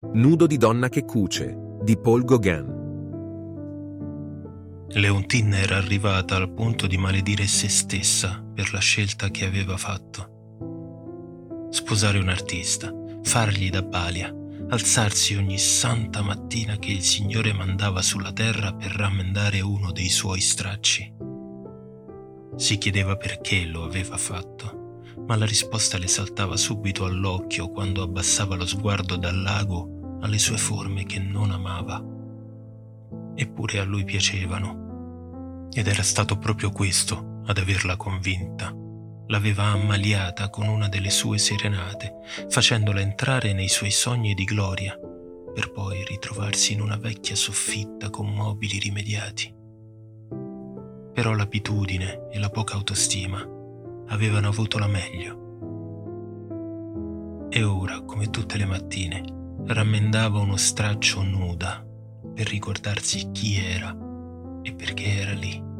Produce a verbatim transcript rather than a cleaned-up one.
Nudo di donna che cuce, di Paul Gauguin. Leontine era arrivata al punto di maledire se stessa per la scelta che aveva fatto. Sposare un artista, fargli da balia, alzarsi ogni santa mattina che il Signore mandava sulla terra per rammendare uno dei suoi stracci. Si chiedeva perché lo aveva fatto, ma la risposta le saltava subito all'occhio quando abbassava lo sguardo dal lago alle sue forme che non amava. Eppure a lui piacevano, ed era stato proprio questo ad averla convinta. L'aveva ammaliata con una delle sue serenate, facendola entrare nei suoi sogni di gloria, per poi ritrovarsi in una vecchia soffitta con mobili rimediati. Però l'abitudine e la poca autostima avevano avuto la meglio. E ora, come tutte le mattine, rammendava uno straccio nuda per ricordarsi chi era e perché era lì.